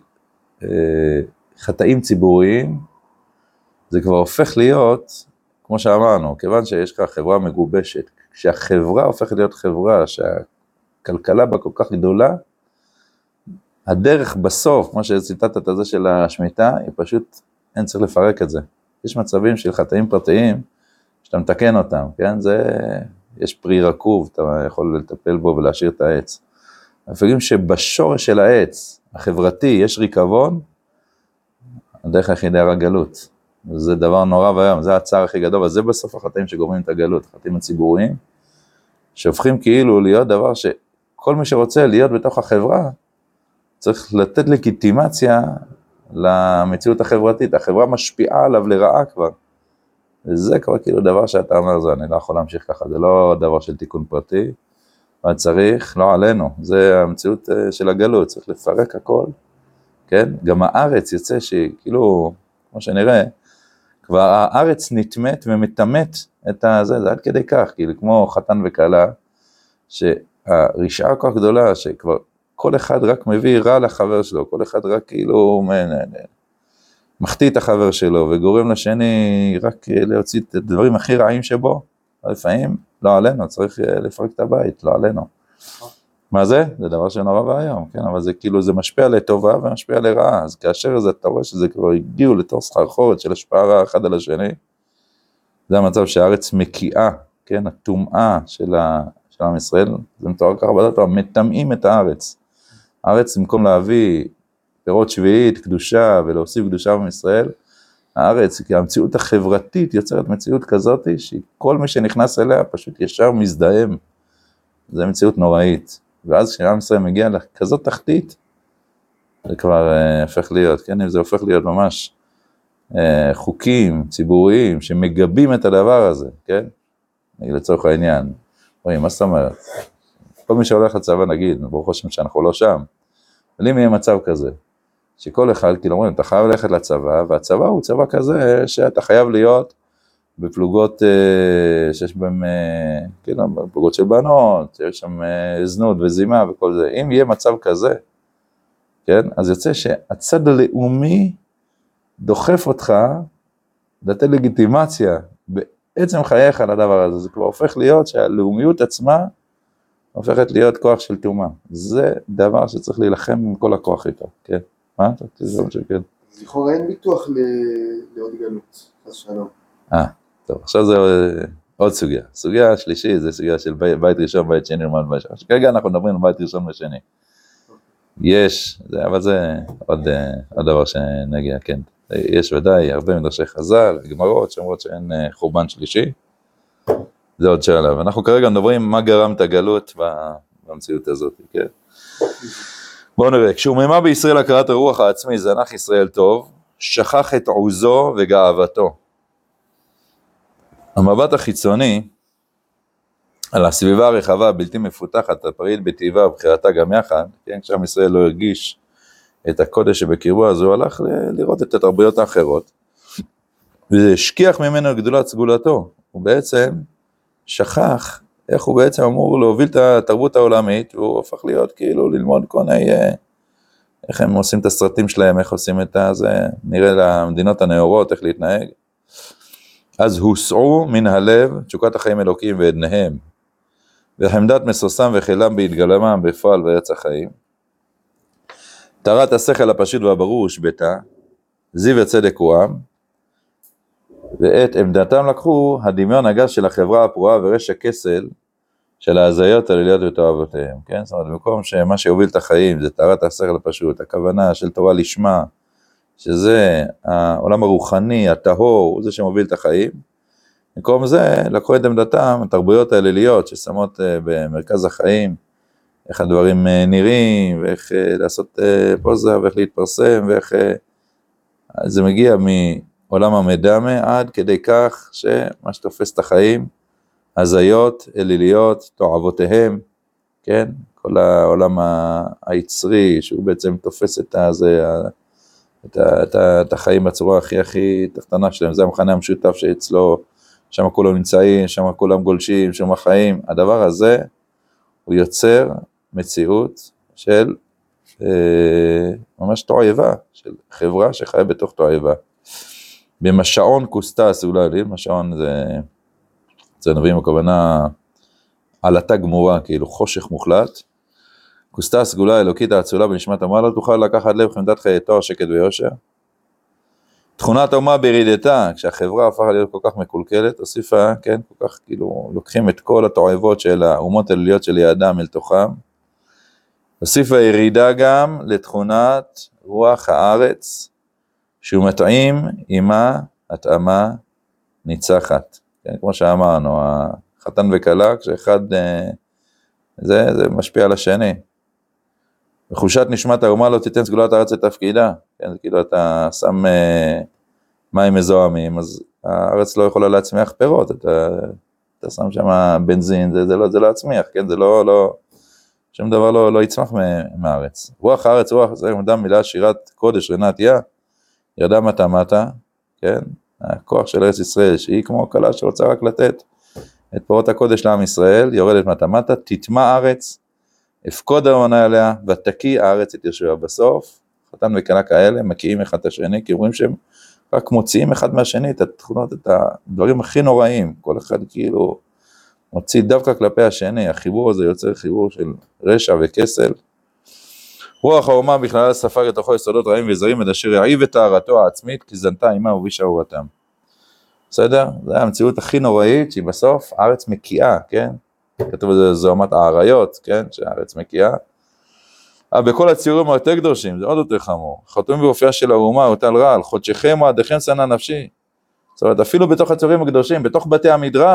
חטאים ציבוריים, זה כבר הופך להיות, כמו שאמרנו, כיוון שיש לך חברה מגובשת, כשהחברה הופכת להיות חברה שהכלכלה בה כל כך גדולה, הדרך בסוף, כמו שציטטת את זה של השמיטה, היא פשוט, אין צריך לפרק את זה. יש מצבים של חטאים פרטיים, שאתה מתקן אותם, כן? יש פרי רקוב, אתה יכול לטפל בו ולהשאיר את העץ. אפילו שבשורש של העץ, החברתי, יש ריקבון, הדרך היחידה רק גלות. זה דבר נורא והיום, זה הצער הכי גדול, וזה בסוף החטאים שגורמים את הגלות, החטאים הציבוריים, שהופכים כאילו להיות דבר שכל מי שרוצה להיות בתוך החברה, צריך לתת לגיטימציה למציאות החברתית, החברה משפיעה עליו לרעה כבר, וזה כבר כאילו דבר שאתה אומר, זה אני לא יכול להמשיך ככה, זה לא דבר של תיקון פרטי, אבל צריך, לא עלינו, זה המציאות של הגלות, צריך לפרק הכל, כן? גם הארץ יוצא שכאילו, כמו שנראה, כבר הארץ נתמת ומתמת את זה, זה עד כדי כך, כאילו כמו חתן וקלה, שהרשעה כל כך גדולה, שכבר כל אחד רק מביא רע לחבר שלו, כל אחד רק כאילו מחטיא את החבר שלו, וגורם לשני רק להוציא את הדברים הכי רעים שבו, לפעמים לא עלינו, צריך לפרק את הבית, לא עלינו. מה זה? זה דבר שנורא והיום, כן? אבל זה כאילו, זה משפיע לטובה ומשפיע לרעה, אז כאשר זה, אתה רואה שזה כבר הגיעו לתור סחרחורת של השפעה רעה אחד על השני, זה המצב שהארץ מקיאה, כן? הטומאה של עם ישראל, זה מתואר ככה בדעת, מטמאים את הארץ. הארץ במקום להביא פירות שביעית, קדושה, ולהוסיף קדושה עם ישראל, הארץ, כי המציאות החברתית יוצרת מציאות כזאת, שכל מי שנכנס אליה פשוט ישר מזדהם. זו מציאות נוראית. ואז כשעם ישראל מגיע לכזאת תחתית, זה כבר הופך להיות, כן? אם זה הופך להיות ממש חוקים ציבוריים שמגבים את הדבר הזה, כן? לצורך העניין. רואה, מה זאת אומרת? כל מי שהולך לצבא נגיד, ברוך השם שאנחנו לא שם, אבל אם יהיה מצב כזה, שכל אחד, כאילו אומרים, אתה חייב ללכת לצבא, והצבא הוא צבא כזה שאתה חייב להיות בפלוגות שיש בהם, כאילו, בפלוגות של בנות, יש שם זנות וזימה וכל זה. אם יהיה מצב כזה, כן, אז יוצא שהצד הלאומי דוחף אותך לתת לגיטימציה בעצם חייך על הדבר הזה. זה כבר הופך להיות שהלאומיות עצמה הופכת להיות כוח של תאומה. זה דבר שצריך להילחם עם כל הכוח איתו, כן? מה? זה מה שכן. אז לכאורה אין ביטוח לעוד גלות, אז שלום. טוב, עכשיו זה עוד סוגיה. סוגיה השלישית זה סוגיה של בית ראשון, בית שני, בית שני. כרגע אנחנו מדברים על בית ראשון ושני. יש, אבל זה עוד דבר שנגיע, כן. יש ודאי הרבה מדרשי חז"ל, גמרות שאומרות שאין חורבן שלישי. זה עוד שאלה. ואנחנו כרגע מדברים מה גרם את הגלות במציאות הזאת, כן? בואו נראה, כשהוממה בישראל הכרת הרוח העצמי, זנח ישראל טוב, שכח את עוזו וגאוותו. המבט החיצוני, על הסביבה הרחבה הבלתי מפותחת, הפריד בטבעה ובחירתה גם יחד, כן, כשעם ישראל לא הרגיש את הקודש שבקרבו, אז הוא הלך לראות את התרבויות האחרות, והשכיח ממנו גדולת סגולתו. הוא בעצם שכח איך הוא בעצם אמור להוביל את התרבות העולמית, והוא הופך להיות כאילו ללמוד קוני, איך הם עושים את הסרטים שלהם, איך עושים את זה, נראה למדינות הנאורות, איך להתנהג. אז הוסעו מן הלב תשוקת החיים אלוקים ועדניהם, וחמדת מסוסם וחילם בהתגלמם בפועל וארץ החיים. תרת השכל הפשוט והברור הושבתה, זיו הצדק הועם, ואת עמדתם לקחו הדמיון הגס של החברה הפרועה ורש הכסל של ההזיות הליליות ותאוותיהם, כן? זאת אומרת, במקום שמה שיוביל את החיים זה תרת השכל הפשוט, הכוונה של תורה לשמה, שזה העולם הרוחני, הטהור, הוא זה שמוביל את החיים. במקום זה, לקחו את עמדתם, התרבויות האליליות ששמות במרכז החיים, איך הדברים נראים, ואיך לעשות פוזה, ואיך להתפרסם, ואיך זה מגיע מעולם המדמה, עד כדי כך שמה שתופס את החיים, הזיות, אליליות, תועבותיהם, כן? כל העולם היצרי, שהוא בעצם תופס את החיים בצורה הכי תחתנה שלהם, זה המחנה המשותף שאצלו, שם כולם נמצאים, שם כולם גולשים, שם החיים. הדבר הזה הוא יוצר מציאות של ממש תועבה, של חברה שחיה בתוך תועבה. במשעון קוסטס, אולי, משעון זה נביאים הכוונה עלתה גמורה, כאילו חושך מוחלט. קוסטה סגולה האלוקית האצולה בנשמת האומה, לא תוכל לקחת לב חמדת חיי תואר, שקט ויושר. תכונת האומה בירידתה, כשהחברה הפכה להיות כל כך מקולקלת, הוסיפה, כן, כל כך כאילו לוקחים את כל התועבות של האומות אליליות של יעדם אל תוכם, הוסיפה ירידה גם לתכונת רוח הארץ, שהוא מתאים עמה התאמה ניצחת. כן, כמו שאמרנו, החתן וקלה, כשאחד, זה משפיע על השני. וחושת נשמת האומה לא תיתן סגולת הארץ לתפקידה, כן, כאילו אתה שם מים מזוהמים, אז הארץ לא יכולה להצמיח פירות, אתה שם שם בנזין, זה לא יצמיח, כן, זה לא, שום דבר לא יצמח מהארץ. רוח הארץ, רוח, זה גם מילה שירת קודש, רנתיה, ירדה מטה, כן, הכוח של ארץ ישראל, שהיא כמו קלה שרוצה רק לתת את פירות הקודש לעם ישראל, יורדת מטה, תטמע הארץ, הפקוד העונה עליה, ותקיא הארץ את ירשועה. בסוף, חתן וכלה כאלה, מקיאים אחד את השני, כי רואים שהם רק מוציאים אחד מהשני את התכונות, את הדברים הכי נוראים, כל אחד כאילו מוציא דווקא כלפי השני, החיבור הזה יוצר חיבור של רשע וכסל. רוח האומה בכלל ספג לתוכו יסודות רעים וזרים, עד אשר יעיב את טהרתו העצמית, כי זנתה עמה ובישה אורתם. בסדר? זה המציאות הכי נוראית, שהיא בסוף הארץ מקיאה, כן? כתוב בזה זוהמת האריות, כן? שהארץ מקיאה. בכל הציורים היותר קדושים, זה עוד יותר חמור. חתומים באופייה של האומה, הוטל רעל, חודשיכם ועדיכם שנא נפשי. זאת אומרת, אפילו בתוך הציורים הקדושים, בתוך בתי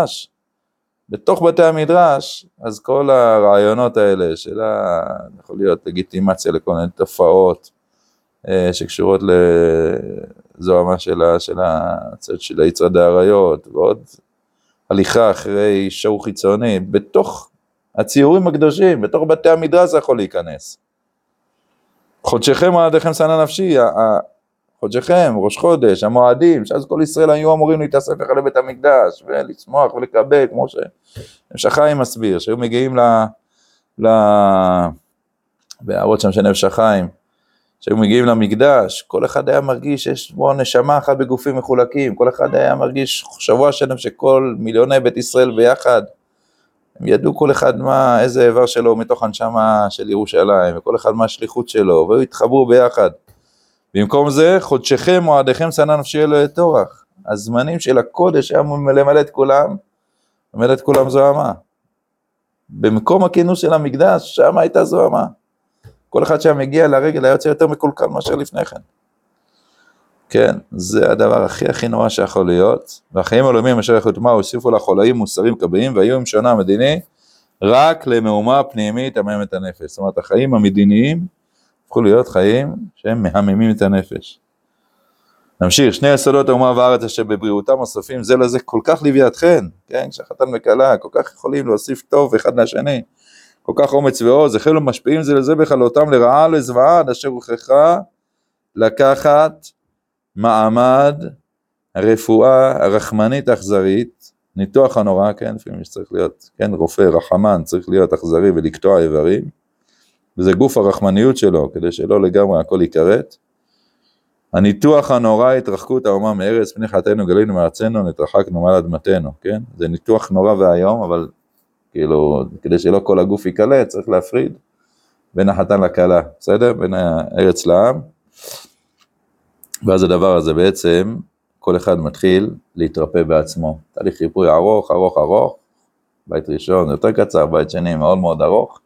המדרש, אז כל הרעיונות האלה של יכול להיות לגיטימציה לכל מיני תופעות שקשורות לזוהמה של היצר דאריות, ועוד הליכה אחרי שואו חיצוני, בתוך הציורים הקדושים, בתוך בתי המדרש זה יכול להיכנס. חודשיכם ועדיכם שנא נפשי, חודשיכם, ראש חודש, המועדים, שאז כל ישראל היו אמורים להתאסף אחד לבית המקדש, ולשמוח ולקבל, כמו שנפש החיים מסביר, שהיו מגיעים בהערות שם של נפש החיים, שהיו מגיעים למקדש, כל אחד היה מרגיש שיש בו נשמה אחת בגופים מחולקים, כל אחד היה מרגיש שבוע שלם שכל מיליוני בית ישראל ביחד, הם ידעו כל אחד איזה איבר שלו מתוך הנשמה של ירושלים, וכל אחד מה השליחות שלו, והיו התחברו ביחד. במקום זה, חודשיכם מועדיכם שנא נפשי אלוהי תורך. הזמנים של הקודש היה למלא את כולם זוהמה. במקום הכינוס של המקדש, שם הייתה זוהמה. כל אחד שהיה מגיע לרגל היה יוצא יותר מקולקל מאשר לפני כן. כן, זה הדבר הכי נורא שיכול להיות. והחיים הלאומיים אשר יחותמה הוסיפו לחולאים מוסרים קבעים, והיו עם שונה המדיני רק למהומה פנימית המהם את הנפש. זאת אומרת, החיים המדיניים הפכו להיות חיים שהם מהממים את הנפש. נמשיך, שני יסודות האומה והארץ אשר בבריאותם מוספים זה לזה כל כך לוויתכן, כן, כשחתן וכלה, כל כך יכולים להוסיף טוב אחד לשני, כל כך אומץ ועוז, החלו משפיעים זה לזה בחלותם לרעה לזוועה, עד אשר הוכחה לקחת מעמד הרפואה הרחמנית אכזרית, ניתוח הנורא, כן, לפעמים שצריך להיות, כן, רופא רחמן צריך להיות אכזרי ולקטוע איברים, וזה גוף הרחמניות שלו, כדי שלא לגמרי הכל יקראת. הניתוח הנורא התרחקות האומה מארץ, פני חטאינו גלינו מארצנו, נתרחקנו מעל אדמתנו, כן? זה ניתוח נורא והיום, אבל כאילו, כדי שלא כל הגוף יקלט, צריך להפריד בין החתן לכלה, בסדר? בין הארץ לעם. ואז הדבר הזה בעצם, כל אחד מתחיל להתרפא בעצמו. תהליך ריפוי ארוך, בית ראשון יותר קצר, בית שני מאוד מאוד ארוך,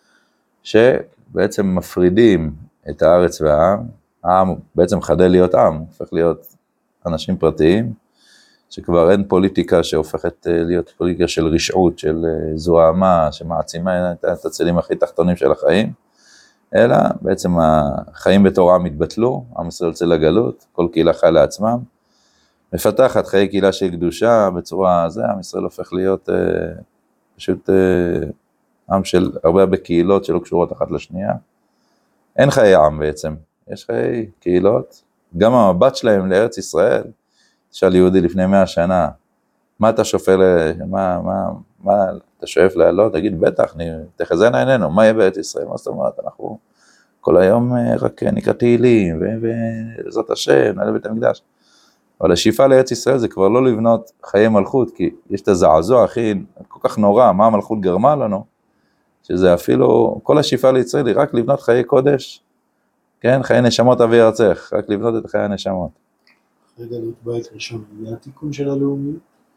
שבעצם מפרידים את הארץ והעם, העם בעצם חדל להיות עם, הופך להיות אנשים פרטיים, שכבר אין פוליטיקה שהופכת להיות פוליטיקה של רשעות, של זוהמה, שמעצימה את הצלים הכי תחתונים של החיים, אלא בעצם החיים בתור עם התבטלו, עם ישראל יוצא לגלות, כל קהילה חיה לעצמם, מפתחת חיי קהילה של קדושה, בצורה הזה, עם ישראל הופך להיות פשוט עם של הרבה קהילות שלא קשורות אחת לשנייה. אין חיי עם בעצם, יש חיי קהילות, גם המבט שלהם לארץ ישראל, שאל יהודי לפני 100 שנה, מה אתה שופט, מה אתה שואף לא, תגיד בטח, תחזינה עינינו, מה יהיה בארץ ישראל, מה זאת אומרת, אנחנו כל היום רק נקרא תהילים, ובעזרת השם, נעלה בית המקדש, אבל השאיפה לארץ ישראל זה כבר לא לבנות חיי מלכות, כי יש את הזעזוע הכי כל כך נורא, מה המלכות גרמה לנו, שזה אפילו, כל השאיפה לישראל היא רק לבנות חיי קודש, כן, חיי נשמות אבי ארצך, רק לבנות את חיי הנשמות. אחרי גלות בית ראשון, זה התיקון של הלאומיות?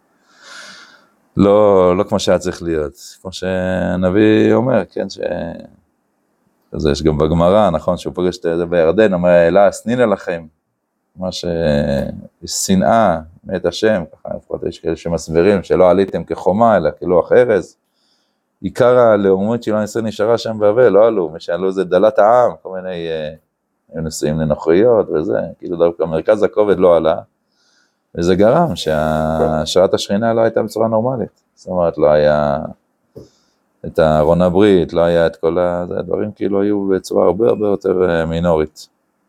לא כמו שהיה צריך להיות, כמו שהנביא אומר, כן, זה יש גם בגמרא, נכון, שהוא פוגש את זה בירדן, אומר, אלה אסנינה לכם, מה ששנאה מאת השם, ככה, לפחות יש כאלה שמסבירים שלא עליתם כחומה, אלא כלוח ארז, עיקר הלאומיות של ישראל נשארה שם בבל, לא עלו, משעלו זה דלת העם, כל מיני נושאים לנוחריות וזה, כאילו דווקא מרכז הכובד לא עלה, וזה גרם שהשראת השכינה לא הייתה בצורה נורמלית, זאת אומרת לא היה את ארון הברית, לא היה את כל הדברים, כאילו היו בצורה הרבה יותר מינורית.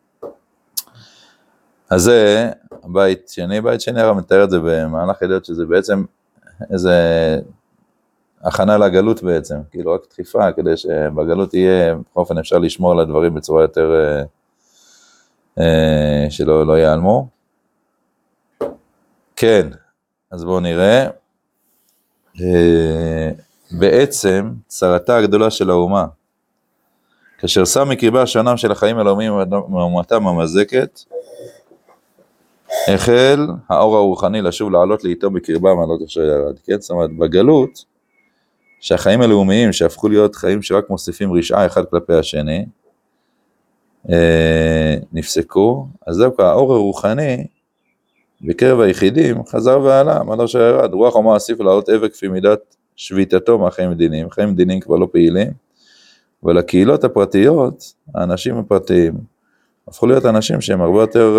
אז זה בית שני הרב מתאר את זה במהלך ידיעות שזה בעצם איזה הכנה לגלות בעצם, כאילו רק דחיפה, כדי שבגלות יהיה, בכל אופן אפשר לשמור על הדברים בצורה יותר, שלא לא ייעלמו. כן, אז בואו נראה. בעצם צרתה הגדולה של האומה, כאשר שם מקרבה השונם של החיים הלאומיים מאומתם המזקת, החל האור הרוחני לשוב לעלות לאיתו בקרבה מעלות אשר ירד. כן, זאת אומרת, בגלות, שהחיים הלאומיים שהפכו להיות חיים שרק מוסיפים רשעה אחד כלפי השני, נפסקו, אז דווקא האור הרוחני בקרב היחידים חזר ועלה, מה לא שירד, רוח אומר אסיף לעלות עבר כפי מידת שביתתו מהחיים מדיניים, חיים מדיניים כבר לא פעילים, אבל הקהילות הפרטיות, האנשים הפרטיים, הפכו להיות אנשים שהם הרבה יותר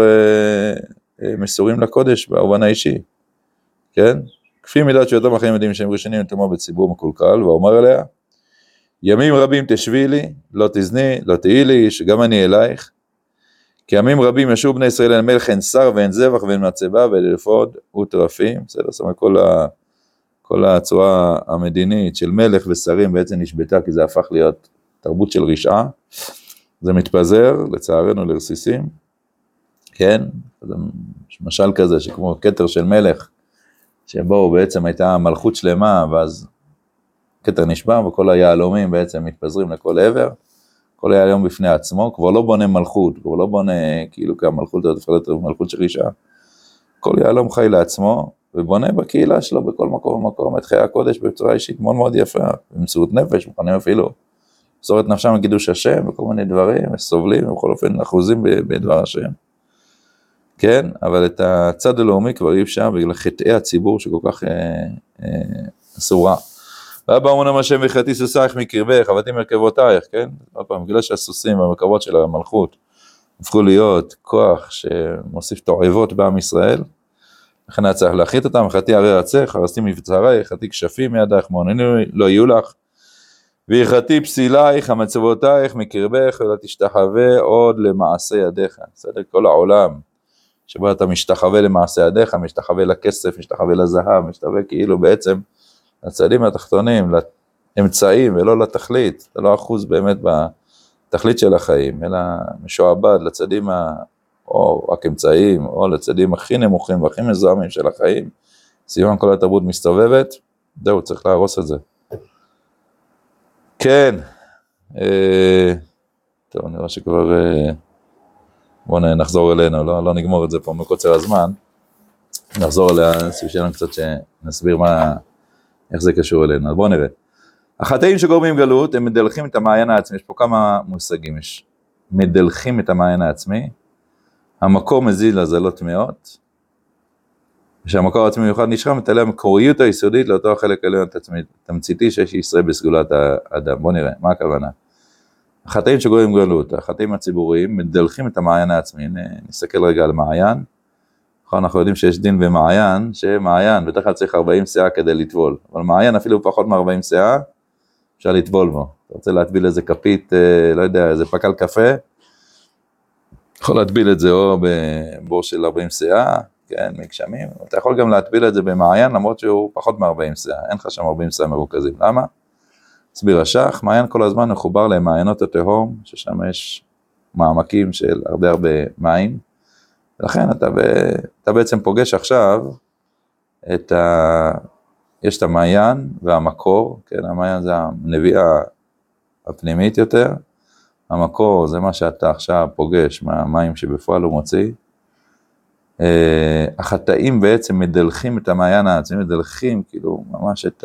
מסורים לקודש באובן האישי, כן? כפי מידת שביתתו מהחיים מדיניים שהם ראשונים לתאמו בציבור מקולקל, ואומר עליה, ימים רבים תשבי לי, לא תזני, לא תהי לי, שגם אני אלייך, כי ימים רבים ישוב בני ישראל אל מלך אין שר ואין זבח ואין מצבה ואל אפוד וטרפים, בסדר, זאת אומרת כל הצורה המדינית של מלך ושרים בעצם נשבתה, כי זה הפך להיות תרבות של רשעה, זה מתפזר לצערנו לרסיסים, כן, זה משל כזה שכמו כתר של מלך, שבו בעצם הייתה מלכות שלמה, ואז כתר נשבע וכל היהלומים בעצם מתפזרים לכל עבר, כל היהלום בפני עצמו, כבר לא בונה מלכות, כבר לא בונה כאילו כמלכות, מלכות של רשעה, כל יהלום חי לעצמו, ובונה בקהילה שלו בכל מקום ומקום את חיי הקודש בצורה אישית מאוד מאוד יפה, במסירות נפש, מוכנים אפילו, מסור את נפשם לקידוש השם, וכל מיני דברים, וסובלים, ובכל אופן אחוזים בדבר השם. כן, אבל את הצד הלאומי כבר אי אפשר, בגלל חטאי הציבור שכל כך אסורה. ואבא אמרנו השם ויחתי סוסייך מקרבך, עבדתי מרכבותייך, כן? עוד פעם, בגלל שהסוסים והמרכבות של המלכות, הפכו להיות כוח שמוסיף תועבות בעם ישראל, לכן היה צריך להחית אותם, חתי הרי ארצך, הרסתי מבצרייך, חתי כשפים מידך, מעוננים לא יהיו לך, ויחתי פסילייך, המצבותייך מקרבך, ולא תשתחווה עוד למעשה ידיך. בסדר, כל העולם, שבו אתה משתחווה למעשה ידיך, משתחווה לכסף, משתחווה לזהב, משתחווה כאילו בעצם, לצעדים התחתונים, לאמצעים ולא לתכלית, זה לא אחוז באמת בתכלית של החיים, אלא משועבד לצעדים או רק אמצעים, או לצעדים הכי נמוכים והכי מזוהמים של החיים, סיום כל התרבות מסתובבת, זהו, צריך להרוס את זה. כן, טוב, נראה שכבר, בואו נחזור אלינו, לא נגמור את זה פה מקוצר הזמן, נחזור אליה, שלנו קצת שנסביר איך זה קשור אלינו, אז בואו נראה. החטאים שגורמים גלות, הם מדלכים את המעיין העצמי, יש פה כמה מושגים, יש מדלכים את המעיין העצמי, המקור מזיל לזלות טמאות, ושהמקור העצמי מיוחד נשחר, מתעלה המקוריות היסודית לאותו החלק העליון תמציתי שיש ישראל בסגולת האדם. בואו נראה, מה הכוונה? החטאים שגורמים גלות, החטאים הציבוריים, מדלכים את המעיין העצמי, נסתכל רגע על מעיין, אנחנו יודעים שיש דין במעיין, שמעיין בדרך כלל צריך 40 שעה כדי לטבול, אבל מעיין אפילו פחות מ-40 שעה, אפשר לטבול בו. אתה רוצה להטביל איזה כפית, לא יודע, איזה פקל קפה, יכול להטביל את זה או בבור של 40 שעה, כן, מגשמים, אתה יכול גם להטביל את זה במעיין, למרות שהוא פחות מ-40 שעה, אין לך שם 40 שעה מרוכזים. למה? הסביר השח, מעיין כל הזמן מחובר למעיינות התהום, ששם יש מעמקים של הרבה מים, ולכן אתה בעצם פוגש עכשיו יש את המעיין והמקור, כן, המעיין זה הנביאה הפנימית יותר, המקור זה מה שאתה עכשיו פוגש מהמים שבפועל הוא מוציא, החטאים בעצם מדלכים את המעיין העצמי, מדלכים כאילו ממש את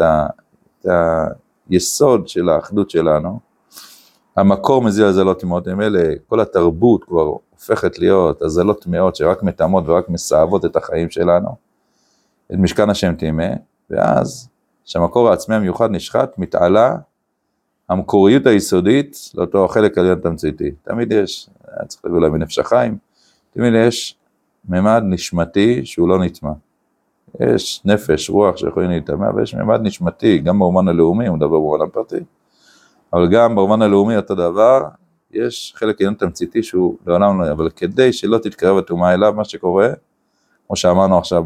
היסוד של האחדות שלנו, המקור מזיל הזלות טמאות, הם אלה, כל התרבות כבר הופכת להיות הזלות טמאות שרק מטמאות ורק מסעבות את החיים שלנו, את משכן השם טמא, ואז שהמקור העצמי המיוחד נשחט, מתעלה המקוריות היסודית לאותו החלק העליון תמציתי. תמיד יש, צריך להביא להם מנפש החיים, תמיד יש ממד נשמתי שהוא לא נטמא. יש נפש, רוח שיכולים להתאמע, ויש ממד נשמתי, גם באומן הלאומי, הוא מדבר באומן הפרטי, אבל גם באומן הלאומי אותו דבר, יש חלק עליון תמציתי שהוא לעולם לא, אבל כדי שלא תתקרב התאומה אליו, מה שקורה, כמו שאמרנו עכשיו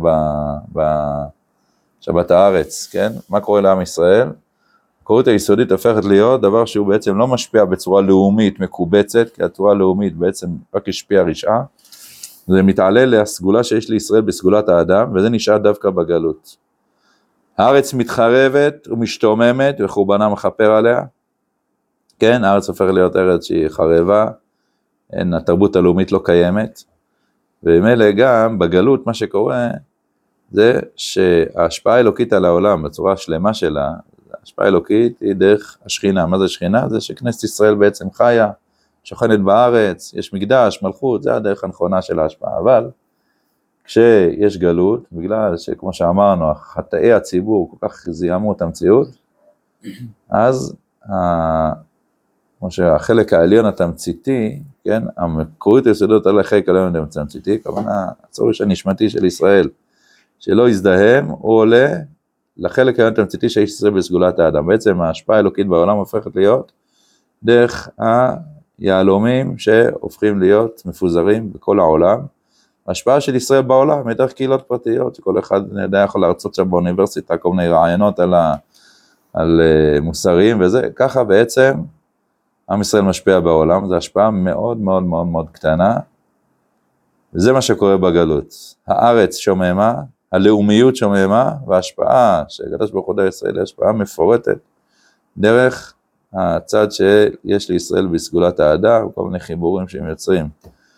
בשבת הארץ, כן? מה קורה לעם ישראל? המקוריות היסודית הופכת להיות דבר שהוא בעצם לא משפיע בצורה לאומית מקובצת, כי הצורה הלאומית בעצם רק השפיעה רשעה, זה מתעלה לסגולה שיש לישראל בסגולת האדם, וזה נשאר דווקא בגלות. הארץ מתחרבת ומשתוממת, וחורבנה מחפר עליה, כן, הארץ הופך להיות ארץ שהיא חרבה, התרבות הלאומית לא קיימת, ומילא גם בגלות מה שקורה, זה שההשפעה האלוקית על העולם, בצורה השלמה שלה, ההשפעה האלוקית היא דרך השכינה. מה זה שכינה? זה שכנסת ישראל בעצם חיה, שוכנת בארץ, יש מקדש, מלכות, זה הדרך הנכונה של ההשפעה, אבל כשיש גלות, בגלל שכמו שאמרנו, חטאי הציבור כל כך זיהמו את המציאות, אז כמו שהחלק העליון התמציתי, כן, המקורית היסודות על החלק העליון התמציתי, כמובן הצורך הנשמתי של ישראל, שלא יזדהם, הוא עולה לחלק העליון התמציתי שיש ישראל בסגולת האדם. בעצם ההשפעה האלוקית בעולם הופכת להיות דרך היהלומים שהופכים להיות מפוזרים בכל העולם. ההשפעה של ישראל בעולם, מדרך קהילות פרטיות, שכל אחד יכול להרצות שם באוניברסיטה, כל מיני רעיונות על מוסריים וזה, ככה בעצם עם ישראל משפיע בעולם, זו השפעה מאוד מאוד מאוד מאוד קטנה, וזה מה שקורה בגלות. הארץ שוממה, הלאומיות שוממה, וההשפעה שהקדוש ברוך הוא לישראל היא השפעה מפורטת, דרך הצד שיש לישראל בסגולת האדם, כל מיני חיבורים שהם יוצרים,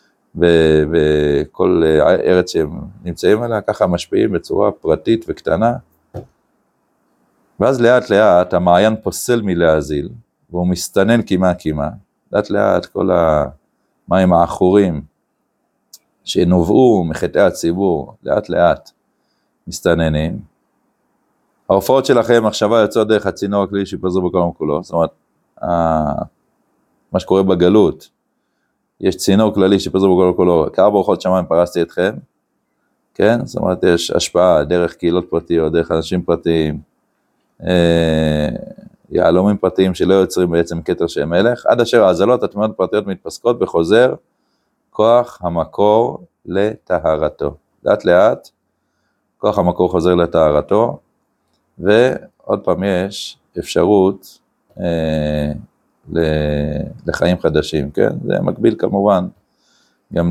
בכל ארץ שהם נמצאים עליה, ככה משפיעים בצורה פרטית וקטנה, ואז לאט לאט המעיין פוסל מלהזיל, והוא מסתנן כמעט, לאט לאט כל המים האחורים שנובעו מחטאי הציבור, לאט לאט מסתננים. ההופעות שלכם, מחשבה יוצאות דרך הצינור הכללי שיפזרו בכל כולו, זאת אומרת, מה שקורה בגלות, יש צינור כללי שיפזרו בכל כולו, כארבע רוחות שמיים פרסתי אתכם, כן? זאת אומרת, יש השפעה דרך קהילות פרטיות, דרך אנשים פרטיים, יהלומים פרטיים שלא יוצרים בעצם כתר שהם מלך, עד אשר ההזלות התמימות הפרטיות מתפסקות וחוזר כוח המקור לטהרתו. לאט לאט, כוח המקור חוזר לטהרתו, ועוד פעם יש אפשרות לחיים חדשים, כן? זה מקביל כמובן גם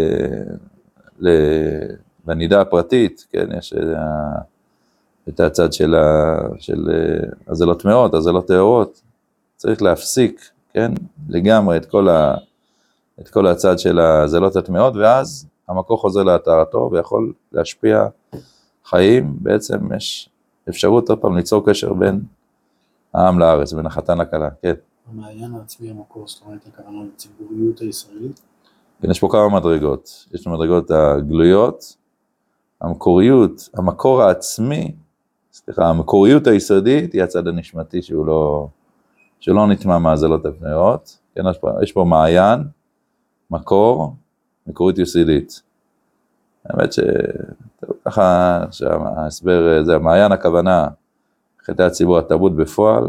בנידה הפרטית, כן? יש את הצד של הזלות טמאות, הזלות טהורות, צריך להפסיק, כן? לגמרי את כל הצד של הזלות הטמאות, ואז המקור חוזר לטהרתו ויכול להשפיע חיים. בעצם יש אפשרות עוד פעם ליצור קשר בין העם לארץ, בין החתן לכלה, כן. המעיין העצמי המקור, זאת אומרת, הכוונה לציבוריות הישראלית? כן, יש פה כמה מדרגות. יש מדרגות הגלויות, המקוריות, המקור העצמי, המקוריות היסודית היא הצד הנשמתי שלא נטמע מהזלות הפניות. כן, יש פה מעיין, מקור, מקוריות יסודית. האמת שככה שההסבר זה, המעיין הכוונה, חטאי הציבור, התרבות בפועל,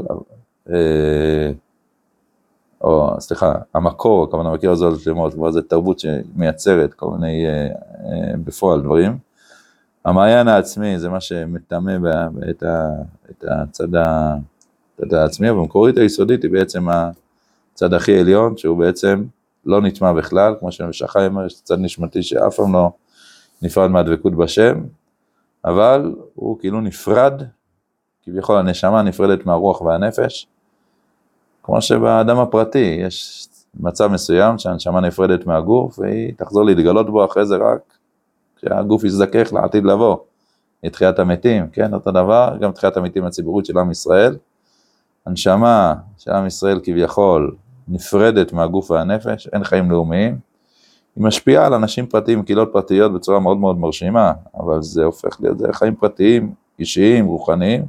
או סליחה, המקור, הכוונה מכיר הזלות שלמות, כבר זה תרבות שמייצרת כל מיני בפועל דברים. המעיין העצמי זה מה שמטמא את הצד העצמי, והמקורית היסודית היא בעצם הצד הכי עליון, שהוא בעצם לא נטמע בכלל, כמו שמשחי אומר, יש צד נשמתי שאף פעם לא נפרד מהדבקות בשם, אבל הוא כאילו נפרד, כביכול הנשמה נפרדת מהרוח והנפש, כמו שבאדם הפרטי יש מצב מסוים שהנשמה נפרדת מהגוף, והיא תחזור להתגלות בו אחרי זה רק כשהגוף יזדכך לעתיד לבוא, לתחיית המתים, כן, אותו דבר, גם תחיית המתים הציבורית של עם ישראל, הנשמה של עם ישראל כביכול נפרדת מהגוף והנפש, אין חיים לאומיים, היא משפיעה על אנשים פרטיים, קהילות פרטיות בצורה מאוד מאוד מרשימה, אבל זה הופך להיות זה חיים פרטיים, אישיים, רוחניים,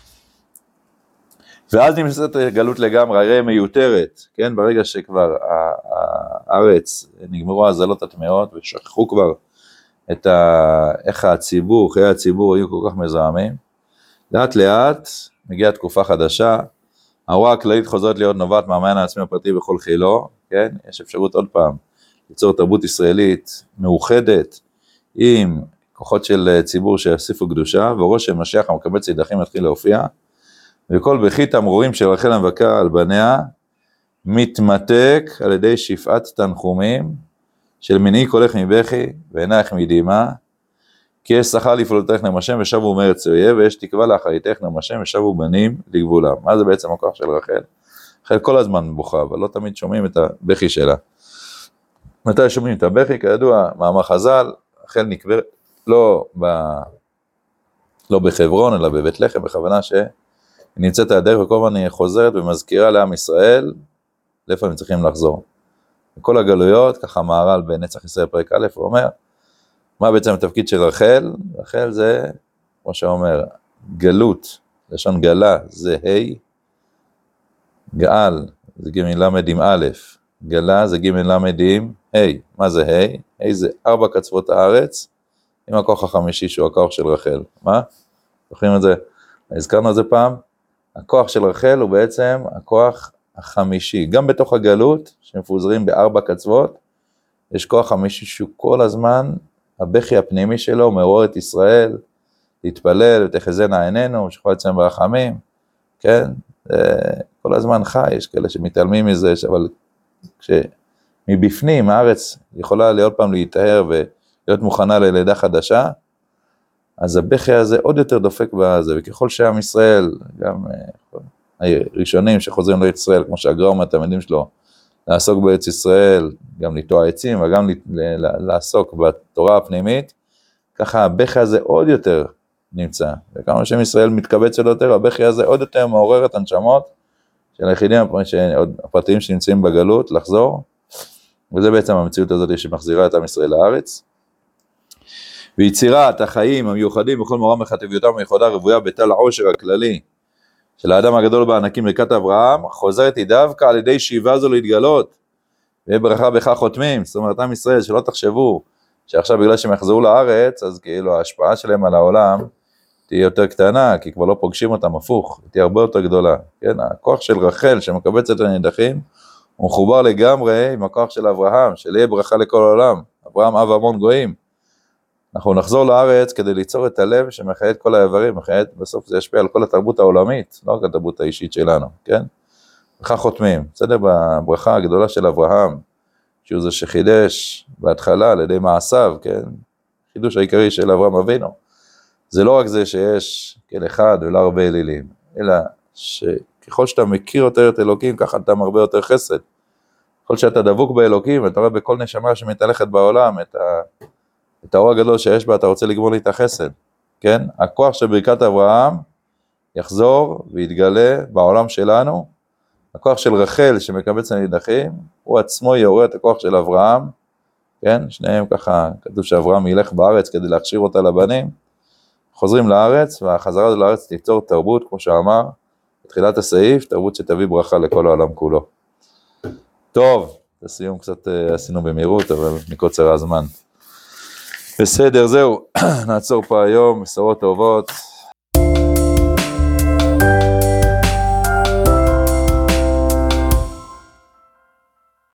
ואז נמצאת גלות לגמרי, הרי מיותרת, כן, ברגע שכבר הארץ נגמרו הזלות הטמאות, ושכחו כבר איך הציבור, חיי הציבור היו כל כך מזהמים, לאט לאט מגיעה תקופה חדשה, ההוראה הכללית חוזרת להיות נובעת מהמעיין העצמי הפרטי בכל חילו, כן, יש אפשרות עוד פעם, ליצור תרבות ישראלית מאוחדת, עם כוחות של ציבור שיוסיפו קדושה, וראש של משיח המקבל צידכים מתחיל להופיע, וכל בכי תמרורים של רחל המבכה על בניה, מתמתק על ידי שפעת תנחומים, של מנעי קולך מבכי, ועינייך מדמעה, כי יש שכר לפעולתך נם השם, ושבו מארץ אויב, ויש תקווה לאחריתך נם השם, ושבו בנים לגבולם. מה זה בעצם הכוח של רחל? רחל כל הזמן בוכה, אבל לא תמיד שומעים את הבכי שלה. מתי שומעים את הבכי? כידוע, מאמר חז"ל, רחל נקברת לא בחברון, אלא בבית לחם, בכוונה שהיא נמצאת הדרך, וכל הזמן היא חוזרת ומזכירה לעם ישראל, לאיפה הם צריכים לחזור. בכל הגלויות, ככה מהר"ל בנצח ישראל פרק א', הוא אומר, מה בעצם התפקיד של רחל? רחל זה, כמו שאומר, גלות, לשון גלה, זה ה', גאל, זה ג' למד עם א', גלה זה ג' למד עם ה', מה זה ה'? ה' זה 4 קצוות הארץ, עם הכוח החמישי שהוא הכוח של רחל. מה? זוכרים את זה? הזכרנו את זה פעם? הכוח של רחל הוא בעצם הכוח החמישי, גם בתוך הגלות, שמפוזרים ב4 קצוות, יש כוח חמישי שהוא כל הזמן, הבכי הפנימי שלו מעורר את ישראל, להתפלל ותחזינה עינינו, שכל עצמם ברחמים, כן? כל הזמן חי, יש כאלה שמתעלמים מזה, אבל כשמבפנים הארץ יכולה להיות פעם להתאר ולהיות מוכנה ללידה חדשה, אז הבכי הזה עוד יותר דופק בזה, וככל שעם ישראל, גם הראשונים שחוזרים לארץ ישראל, כמו שהגר"א מהתלמידים שלו, לעסוק בארץ ישראל, גם לטוע עצים, וגם לעסוק בתורה הפנימית, ככה הבכי הזה עוד יותר נמצא, וכמה שעם ישראל מתקבץ יותר, הבכי הזה עוד יותר מעורר את הנשמות, של היחידים הפרטיים שנמצאים בגלות, לחזור, וזה בעצם המציאות הזאת שמחזירה את עם ישראל לארץ. ויצירת החיים המיוחדים בכל מורם וחטיביותם מיוחדה רבויה בתל העושר הכללי של האדם הגדול בענקים ברכת אברהם, חוזרת היא דווקא על ידי שאיבה זו להתגלות, וברכה בכך חותמים. זאת אומרת, עם ישראל, שלא תחשבו שעכשיו בגלל שהם יחזרו לארץ, אז כאילו ההשפעה שלהם על העולם תהיה יותר קטנה, כי כבר לא פוגשים אותם, הפוך, תהיה הרבה יותר גדולה. כן? הכוח של רחל שמקבץ את הנידחים, הוא מחובר לגמרי עם הכוח של אברהם, של יהיה ברכה לכל העולם. אברהם אב המון גויים. אנחנו נחזור לארץ כדי ליצור את הלב שמחיה את כל האיברים, בסוף זה ישפיע על כל התרבות העולמית, לא רק התרבות האישית שלנו, כן? וכך חותמים, בסדר? בברכה הגדולה של אברהם, שהוא זה שחידש בהתחלה על ידי מעשיו, כן? חידוש העיקרי של אברהם אבינו. זה לא רק זה שיש כן אחד ולא הרבה אלילים, אלא שככל שאתה מכיר יותר את אלוקים, ככה אתה מרבה יותר חסד. ככל שאתה דבוק באלוקים, אתה רואה בכל נשמה שמתהלכת בעולם, את האור הגדול שיש בה, אתה רוצה לגמול לי את החסד, כן? הכוח של ברכת אברהם יחזור ויתגלה בעולם שלנו, הכוח של רחל שמקבץ הנידחים, הוא עצמו יעורר את הכוח של אברהם, כן? שניהם ככה, כתוב שאברהם ילך בארץ כדי להכשיר אותה לבנים, חוזרים לארץ, והחזרה לארץ תיצור תרבות, כמו שאמר, בתחילת הסעיף, תרבות שתביא ברכה לכל העולם כולו. טוב, לסיום קצת עשינו במהירות, אבל מקוצר הזמן. בסדר, זהו, נעצור פה היום, בשורות טובות.